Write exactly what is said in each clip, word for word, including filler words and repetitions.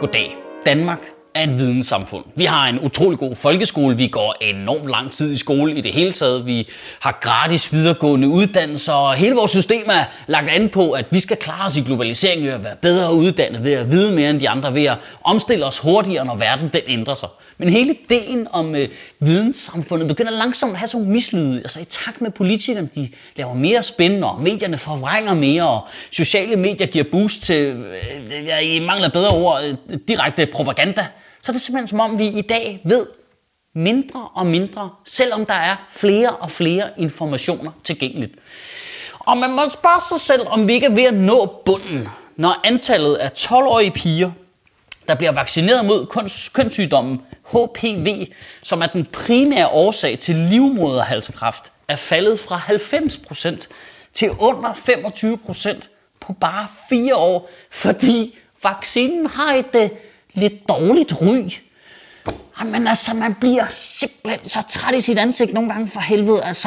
Goddag. Danmark er et videnssamfund. Vi har en utrolig god folkeskole. Vi går enormt lang tid i skole i det hele taget. Vi har gratis videregående uddannelser, og hele vores system er lagt an på, at vi skal klare os i globaliseringen ved at være bedre uddannet, ved at vide mere end de andre, ved at omstille os hurtigere, når verden den ændrer sig. Men hele ideen om øh, videnssamfundet begynder langsomt at have sådan mislyde. Altså i takt med politikerne, de laver mere spændende, og medierne forvrænger mere, og sociale medier giver boost til, øh, jeg i mangler bedre ord, øh, direkte propaganda. Så er det simpelthen som om, vi i dag ved mindre og mindre, selvom der er flere og flere informationer tilgængeligt. Og man må spørge sig selv, om vi ikke er ved at nå bunden, når antallet af tolv-årige piger, der bliver vaccineret mod kønssygdommen H P V, som er den primære årsag til livmoderhalskræft, er faldet fra halvfems procent til under femogtyve procent på bare fire år, fordi vaccinen har et uh, lidt dårligt ry. Men altså, man bliver simpelthen så træt i sit ansigt nogle gange, for helvede, altså.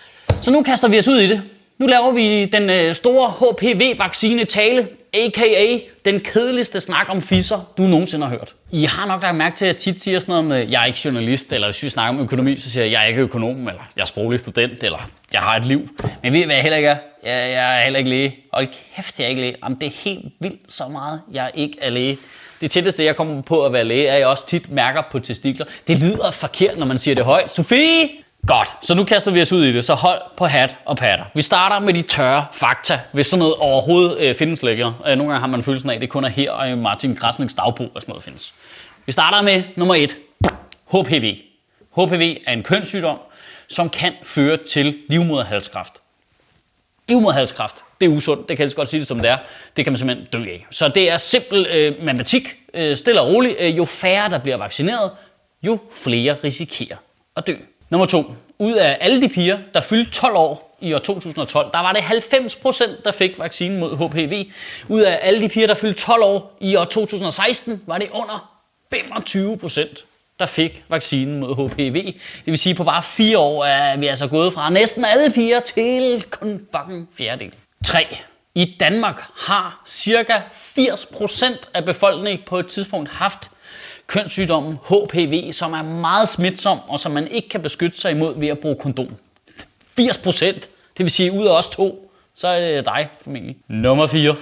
Så nu kaster vi os ud i det. Nu laver vi den øh, store H P V-vaccine tale, a k a den kedeligste snak om fisser, du nogensinde har hørt. I har nok lagt mærke til, at jeg tit siger sådan noget med, jeg er ikke journalist, eller hvis vi snakker om økonomi, så siger jeg, jeg er ikke økonom, eller jeg er sproglig student, eller jeg har et liv. Men ved I, hvad jeg heller ikke er? Jeg, jeg er heller ikke læge. Hold kæft, jeg er ikke læge. Jamen, det er helt vildt så meget, jeg ikke er læge. Det tætteste, jeg kommer på at være læge, er jeg også tit mærker på testikler. Det lyder forkert, når man siger det højt. Sofie! Godt, så nu kaster vi os ud i det, så hold på hat og patter. Vi starter med de tørre fakta, hvis sådan noget overhovedet øh, findes længere. Øh, nogle gange har man følelsen af, at det kun er her, og Martin Krasniks dagbog og sådan noget findes. Vi starter med nummer et. H P V. H P V er en kønssygdom, som kan føre til livmoderhalskræft. Livmoderhalskræft, det er usundt, det kan jeg godt sige det som det er. Det kan man simpelthen dø af. Så det er simpel øh, matematik, øh, stille og roligt. Øh, jo færre der bliver vaccineret, jo flere risikerer at dø. Nummer to. Ud af alle de piger, der fyldte tolv år i år to tusind og tolv, der var det halvfems procent, der fik vaccinen mod H P V. Ud af alle de piger, der fyldte tolv år i år to tusind og seksten, var det under femogtyve procent, der fik vaccinen mod H P V. Det vil sige, at på bare fire år er vi altså gået fra næsten alle piger til kun fucking fjerdedel. tre. I Danmark har cirka firs procent af befolkningen på et tidspunkt haft kønssygdommen H P V, som er meget smitsom, og som man ikke kan beskytte sig imod ved at bruge kondom. firs procent, det vil sige ud af os to, så er det dig formentlig. Nummer fire.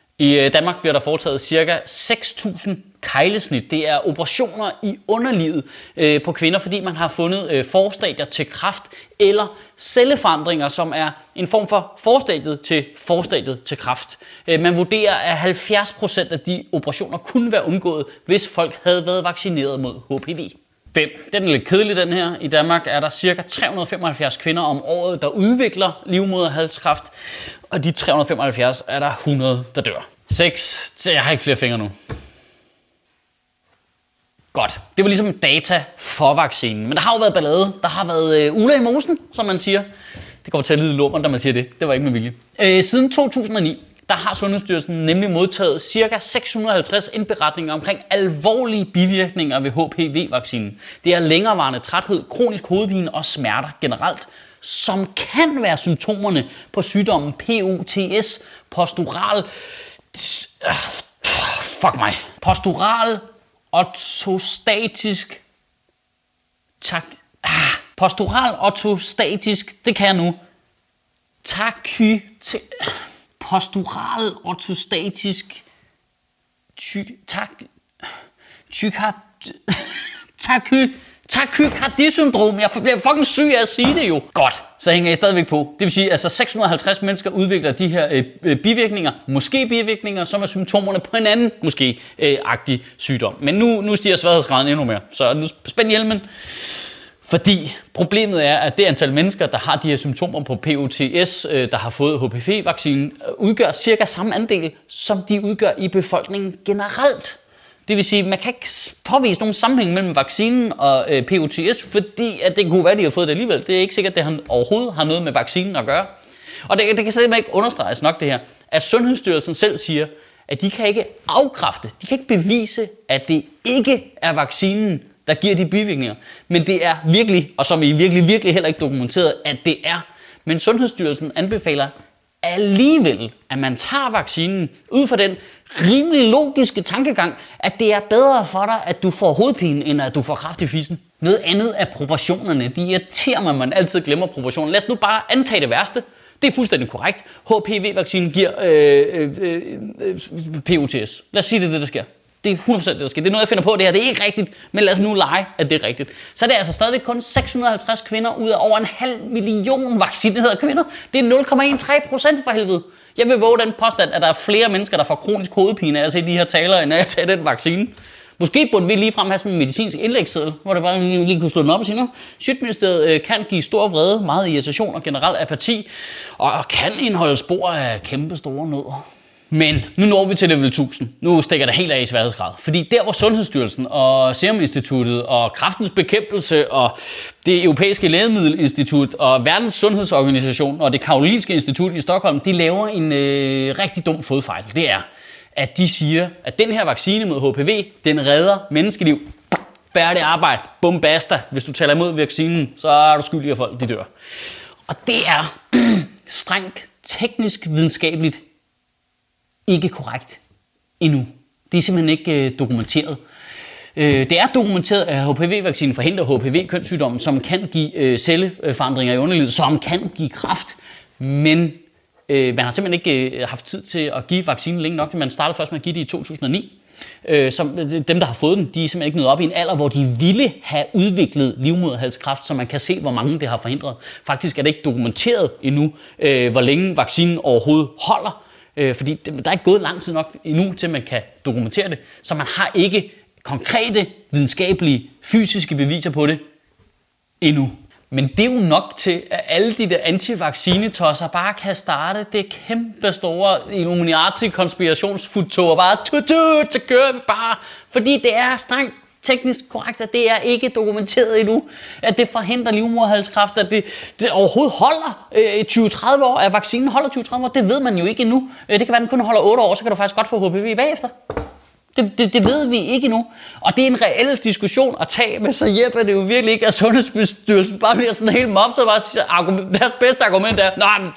I Danmark bliver der foretaget ca. seks tusind keglesnit. Det er operationer i underlivet øh, på kvinder, fordi man har fundet øh, forstadier til kræft eller celleforandringer, som er en form for forstadiet til forstadiet til kræft. Øh, man vurderer, at halvfjerds procent af de operationer kunne være undgået, hvis folk havde været vaccineret mod H P V. fem. Den er lidt kedelig, den her. I Danmark er der ca. tre hundrede og femoghalvfjerds kvinder om året, der udvikler livmoderhalskræft, og de tre hundrede og femoghalvfjerds er der hundrede, der dør. seks. Jeg har ikke flere fingre nu. Godt. Det var ligesom data for vaccinen. Men der har jo været ballade. Der har været øh, uler i mosen, som man siger. Det kommer til at lyde lummer, når man siger det. Det var ikke med vilje. Øh, siden to tusind og ni, der har Sundhedsstyrelsen nemlig modtaget ca. seks hundrede og halvtreds indberetninger omkring alvorlige bivirkninger ved H P V-vaccinen. Det er længerevarende træthed, kronisk hovedpine og smerter generelt, som kan være symptomerne på sygdommen P O T S, postural... Fuck mig. Postural ortostatisk... Tak... Ah, postural ortostatisk... Det kan jeg nu. Taky... Postural ortostatisk... Ty... Tak... Tykard... Taky... Takykardi-syndrom. Jeg bliver fucking syg af at sige det jo. Godt, så hænger jeg stadigvæk på. Det vil sige, at altså seks hundrede og halvtreds mennesker udvikler de her øh, øh, bivirkninger, måske bivirkninger, som er symptomerne på en anden, måske øh, agtig sygdom. Men nu, nu stiger sværhedsgraden endnu mere, så nu spænd hjelmen. Fordi problemet er, at det antal mennesker, der har de her symptomer på P O T S, øh, der har fået H P V-vaccinen, udgør cirka samme andel, som de udgør i befolkningen generelt. Det vil sige, at man kan ikke påvise nogen sammenhæng mellem vaccinen og øh, P O T S, fordi at det kunne være, at de har fået det alligevel. Det er ikke sikkert, at det overhovedet har noget med vaccinen at gøre. Og det, det kan simpelthen ikke understreges nok det her, at Sundhedsstyrelsen selv siger, at de kan ikke afkræfte, de kan ikke bevise, at det ikke er vaccinen, der giver de bivirkninger. Men det er virkelig, og som I virkelig, virkelig heller ikke dokumenteret, at det er. Men Sundhedsstyrelsen anbefaler alligevel, at man tager vaccinen ud fra den rimelig logiske tankegang, at det er bedre for dig, at du får hovedpine, end at du får kræft i fissen. Noget andet er proportionerne. De irriterer mig, at man altid glemmer proportionerne. Lad os nu bare antage det værste. Det er fuldstændig korrekt. H P V-vaccinen giver øh, øh, øh, P O T S. Lad os sige, det er det, der sker. Det er hundrede procent det, der sker. Det er noget, jeg finder på, det her. Det er ikke rigtigt, men lad os nu lege, at det er rigtigt. Så er det altså stadigvæk kun seks hundrede og halvtreds kvinder ud af over en halv million vaccinerede kvinder. Det er nul komma tredive procent for helvede. Jeg vil våge den påstand, at der er flere mennesker, der får kronisk hovedpine af at se de her taler, end af at tage den vaccine. Måske burde vi ligefrem have sådan en medicinsk indlægsseddel, hvor det bare lige kunne slå den op og sige, at Sjøtministeriet kan give stor vrede, meget irritation og generelt apati, og kan indeholde spor af kæmpe store nødder. Men nu når vi til level tusind. Nu stikker det helt af i sværhedsgrad. Fordi der, hvor Sundhedsstyrelsen og Serum Instituttet og Kræftens Bekæmpelse og det Europæiske Lægemiddelinstitut og Verdens Sundhedsorganisation og det Karolinske Institut i Stockholm, de laver en øh, rigtig dum fodfejl. Det er, at de siger, at den her vaccine mod H P V, den redder menneskeliv. Færdig arbejde. Bum basta. Hvis du taler imod vaccinen, så er du skyldig, at folk de dør. Og det er strengt teknisk videnskabeligt ikke korrekt endnu. Det er simpelthen ikke øh, dokumenteret. Øh, det er dokumenteret, at H P V-vaccinen forhindrer H P V-kønssygdommen, som kan give øh, celleforandringer i underlivet, som kan give kræft. Men øh, man har simpelthen ikke øh, haft tid til at give vaccinen længe nok. Man startede først med at give det i to tusind og ni. Øh, som, dem, der har fået den, de er simpelthen ikke nået op i en alder, hvor de ville have udviklet livmoderhalskræft, så man kan se, hvor mange det har forhindret. Faktisk er det ikke dokumenteret endnu, øh, hvor længe vaccinen overhovedet holder. Fordi der er ikke gået lang tid nok endnu, til man kan dokumentere det. Så man har ikke konkrete, videnskabelige, fysiske beviser på det endnu. Men det er jo nok til, at alle de der antivaccinetosser bare kan starte det kæmpe store Illuminati-konspirationsfutog og bare tut-tut, så kører vi bare. Fordi det er strengt teknisk korrekt, at det er ikke dokumenteret endnu, at det forhindrer livmoderhalskræft, at det, det overhovedet holder øh, tyve til tredive år, at vaccinen holder tyve til tredive år, det ved man jo ikke endnu. Det kan være, at den kun holder otte år, så kan du faktisk godt få H P V bagefter. Det, det, det ved vi ikke endnu. Og det er en reel diskussion at tage, men så hjælper det jo virkelig ikke, at Sundhedsstyrelsen bare bliver sådan helt mobbet, så bare siger, deres bedste argument er, nej,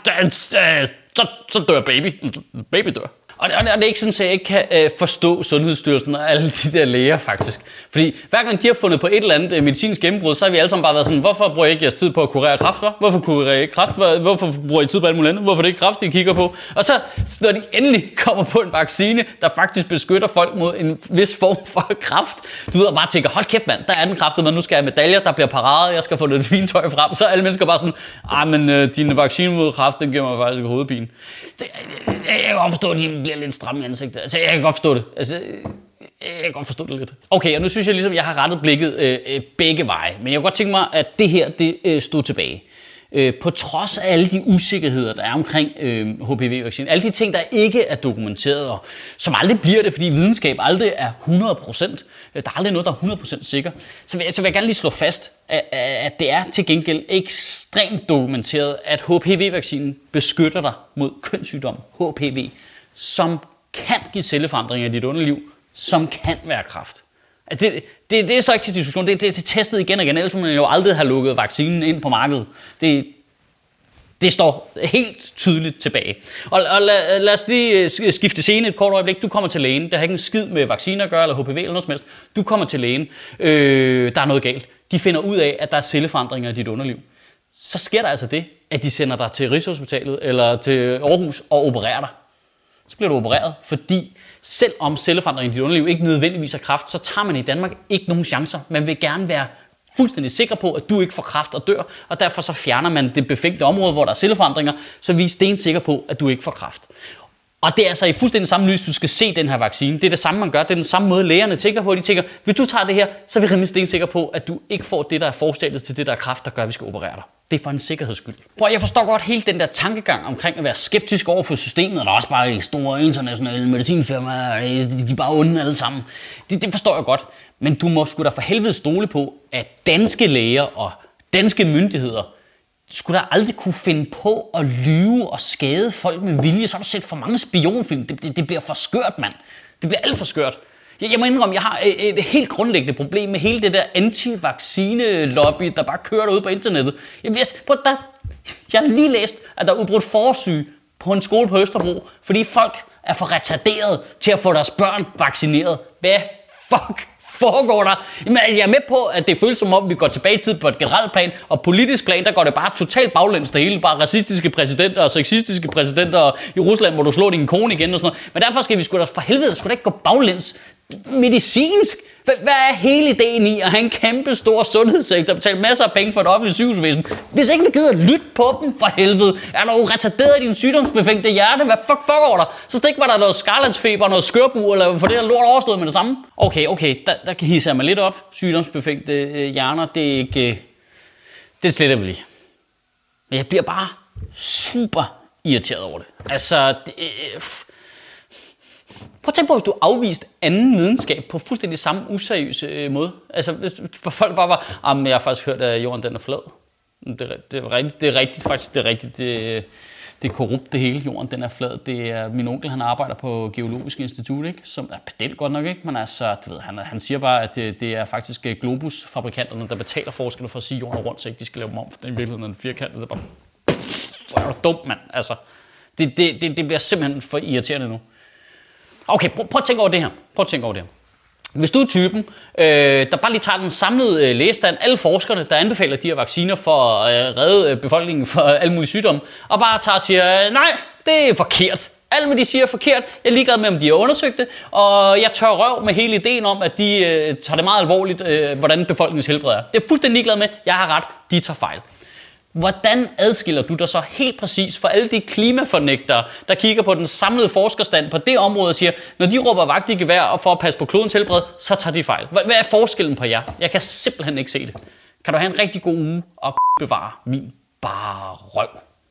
så, så dør baby. Baby dør. Og det, og det er ikke sådan, at jeg ikke kan øh, forstå Sundhedsstyrelsen og alle de der læger faktisk. Fordi hver gang de har fundet på et eller andet øh, medicinsk gennembrud, så har vi alle sammen bare været sådan, hvorfor bruger I ikke jeres tid på at kurere kræft? Hva? Hvorfor kurerer I ikke kræft? Hvorfor bruger I tid på alt muligt andet? Hvorfor er det ikke kræft, I kigger på? Og så, når de endelig kommer på en vaccine, der faktisk beskytter folk mod en vis form for kræft, du ved, og bare tænker, hold kæft mand, der er den kræftet, men nu skal jeg have medaljer, der bliver parade, jeg skal få noget fint tøj frem. Så er alle mennesker bare sådan, ah, men øh, din vaccine mod kræft, den giver mig faktisk hovedpine. Det, jeg, jeg kan godt forstå, at de bliver lidt stramme i ansigtet. Altså, jeg kan godt forstå det. Altså, jeg kan godt forstå det lidt. Okay, og nu synes jeg ligesom, jeg har rettet blikket øh, begge veje. Men jeg kunne godt tænke mig, at det her, det øh, stod tilbage. Øh, på trods af alle de usikkerheder, der er omkring øh, H P V-vaccinen, alle de ting, der ikke er dokumenteret, og som aldrig bliver det, fordi videnskab aldrig er hundrede procent. Der er aldrig noget, der er hundrede procent sikker. Så vil, jeg, så vil jeg gerne lige slå fast, at, at det er til gengæld ekstremt dokumenteret, at H P V-vaccinen beskytter dig mod kønssygdom, H P V, som kan give celleforandringer i dit underliv, som kan være kræft. Altså det, det, det er så ikke til diskussion, det, det, det er testet igen og igen, ellers må man jo aldrig have lukket vaccinen ind på markedet. Det, det står helt tydeligt tilbage. Og, og lad, lad os lige skifte scene et kort øjeblik. Du kommer til lægen, det har ikke en skid med vacciner at gøre, eller H P V eller noget som helst. Du kommer til lægen, øh, der er noget galt. De finder ud af, at der er celleforandringer i dit underliv. Så sker der altså det, at de sender dig til Rigshospitalet eller til Aarhus og opererer dig. Så bliver du opereret, fordi selvom celleforandringen i dit underliv ikke nødvendigvis er kræft, så tager man i Danmark ikke nogen chancer. Man vil gerne være fuldstændig sikker på, at du ikke får kræft og dør, og derfor så fjerner man det befængte område, hvor der er celleforandringer, så vi er stensikre på, at du ikke får kræft. Og det er altså i fuldstændig samme lys, du skal se den her vaccine. Det er det samme, man gør. Det er den samme måde, lægerne tænker på. De tænker, hvis du tager det her, så er vi rimelig stensikre på, at du ikke får det, der er forstadiet til det, der er kræft, der gør, at vi skal operere dig. Det er for en sikkerheds skyld. Prøv, jeg forstår godt hele den der tankegang omkring at være skeptisk over for systemet, og der er også bare de store internationale medicinfirmaer, de er bare onde alle sammen. Det, det forstår jeg godt. Men du må sgu da for helvede stole på, at danske læger og danske myndigheder skulle da aldrig kunne finde på at lyve og skade folk med vilje. Så har du set for mange spionfilm. Det, det, det bliver for skørt, mand. Det bliver alt for skørt. Jeg, jeg må indrømme, jeg har et, et helt grundlæggende problem med hele det der anti-vaccine-lobby, der bare kører derude på internettet. Jeg, jeg, der, jeg har lige læst, at der er udbrudt forsyge på en skole på Østerbro, fordi folk er for retarderet til at få deres børn vaccineret. Hvad fuck foregår der? Jamen, altså, jeg er med på, at det føles som om, vi går tilbage i tid på et generelt plan, og politisk plan, der går det bare totalt baglæns det hele. Bare racistiske præsidenter og sexistiske præsidenter, og i Rusland må du slå din kone igen og sådan noget. Men derfor skal vi sgu da for helvede, sgu da ikke gå baglæns medicinsk. Hvad er hele ideen i at have en kæmpe stor sundhedssektor og betale masser af penge for et offentligt sygehusvæsen? Hvis ikke vi gider lytte på dem, for helvede. Er du retarderet i din sygdomsbefængte hjerte? Hvad fuck foregår der? Så stik mig der noget skarlatsfeber, noget skørbu, eller for det der lort overstået med det samme. Okay, okay, der, der kan hisse jeg mig lidt op. Sygdomsbefængte øh, hjerner, det er ikke... Øh, det slet ikke lige. Men jeg bliver bare super irriteret over det. Altså... Det, øh, Prøv at tænke på, hvis du afviste anden videnskab på fuldstændig samme useriøse øh, måde. Altså, hvis folk bare var, ah, men jeg har faktisk hørt, at jorden den er flad. Det er, det er rigtigt, det er rigtigt, faktisk, det er rigtigt. Det, det er korrupt, det hele. Jorden den er flad. Det er min onkel, han arbejder på Geologisk Institut, ikke? Som er pedel godt nok, ikke? Men altså, du ved, han, han siger bare, at det, det er faktisk Globus-fabrikanterne, der betaler forskerne for at sige, at jorden er rundt, så ikke de skal lave dem om, for den i virkeligheden er firkantet. Det er bare, hvor er du dum, mand. Altså, det, det, det, det bliver simpelthen for irriterende nu. Okay, prøv, prøv at tænke over det her. Prøv at tænke over det her. Hvis du er typen, øh, der bare lige tager den samlede øh, lægestand, alle forskerne, der anbefaler de her vacciner for at øh, redde øh, befolkningen for alle mulige sygdomme, og bare tager og siger, øh, nej, det er forkert. Alt, hvad de siger, er forkert. Jeg er ligeglad med, om de har undersøgt det, og jeg tør røv med hele ideen om, at de øh, tager det meget alvorligt, øh, hvordan befolkningens helbred er. Det er fuldstændig ligeglad med. Jeg har ret. De tager fejl. Hvordan adskiller du dig så helt præcis for alle de klimafornægtere, der kigger på den samlede forskerstand på det område og siger, når de råber vagt i gevær og for at passe på klodens helbred, så tager de fejl? Hvad er forskellen på jer? Jeg kan simpelthen ikke se det. Kan du have en rigtig god uge og bevare min bare røv?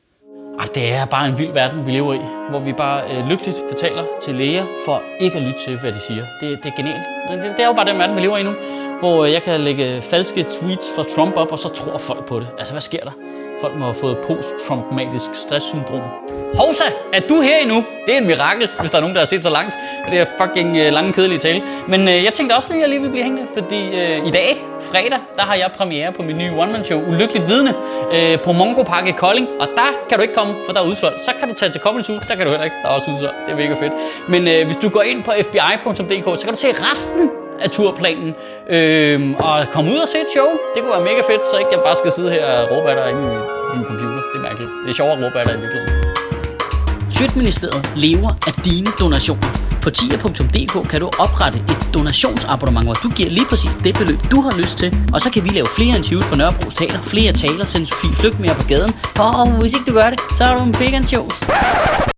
Og det er bare en vild verden, vi lever i, hvor vi bare øh, lykkeligt betaler til læger for ikke at lytte til, hvad de siger. Det, det er genialt. Det, det er jo bare den verden, vi lever i nu, hvor jeg kan lægge falske tweets fra Trump op, og så tror folk på det. Altså, hvad sker der? Folk må have fået post-Trump-matisk stresssyndrom. Hovsa, er du her endnu? Det er en mirakel, hvis der er nogen, der har set så langt. Det er fucking øh, lange, kedelige tale. Men øh, jeg tænkte også lige, at jeg lige vil blive hængende, fordi øh, i dag, fredag, der har jeg premiere på min nye one-man-show, Ulykkeligt Vidne, øh, på Mongo Park i Kolding. Og der kan du ikke komme, for der er udsolgt. Så kan du tage til Comedy Zoo, der kan du heller ikke. Der er også udsolgt. Det er mega fedt. Men øh, hvis du går ind på f b i punktum d k, så kan du se resten af turplanen, øh, og komme ud og se et show. Det kunne være mega fedt, så ikke jeg bare skal sidde her og råbe af dig inde i din computer. Det er mærkeligt. Det er sjovere at råbe af dig i virkeligheden. Sjøtministeriet lever af dine donationer. På tier punktum d k kan du oprette et donationsabonnement, hvor du giver lige præcis det beløb, du har lyst til. Og så kan vi lave flere interviews på Nørrebros Teater, flere taler, sende Sofie Flygt mere på gaden. Og hvis ikke du gør det, så er du en vegan shows.